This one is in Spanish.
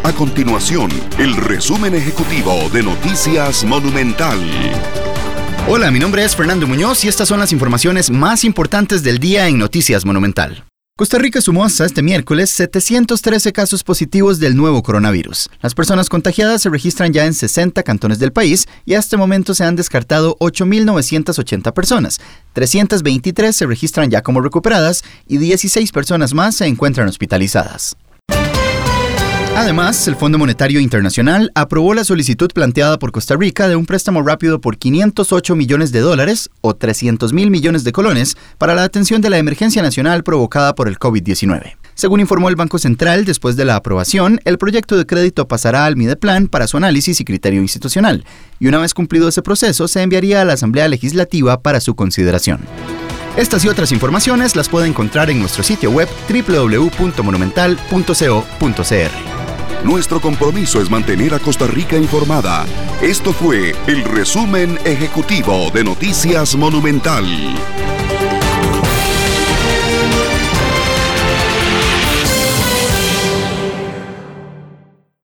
A continuación, el resumen ejecutivo de Noticias Monumental. Hola, mi nombre es Fernando Muñoz y estas son las informaciones más importantes del día en Noticias Monumental. Costa Rica sumó hasta este miércoles 713 casos positivos del nuevo coronavirus. Las personas contagiadas se registran ya en 60 cantones del país y hasta el momento se han descartado 8.980 personas. 323 se registran ya como recuperadas y 16 personas más se encuentran hospitalizadas. Además, el Fondo Monetario Internacional aprobó la solicitud planteada por Costa Rica de un préstamo rápido por $508 millones o 300.000 millones de colones para la atención de la emergencia nacional provocada por el COVID-19. Según informó el Banco Central, después de la aprobación, el proyecto de crédito pasará al Mideplan para su análisis y criterio institucional, y una vez cumplido ese proceso, se enviaría a la Asamblea Legislativa para su consideración. Estas y otras informaciones las puede encontrar en nuestro sitio web www.monumental.co.cr. Nuestro compromiso es mantener a Costa Rica informada. Esto fue el resumen ejecutivo de Noticias Monumental.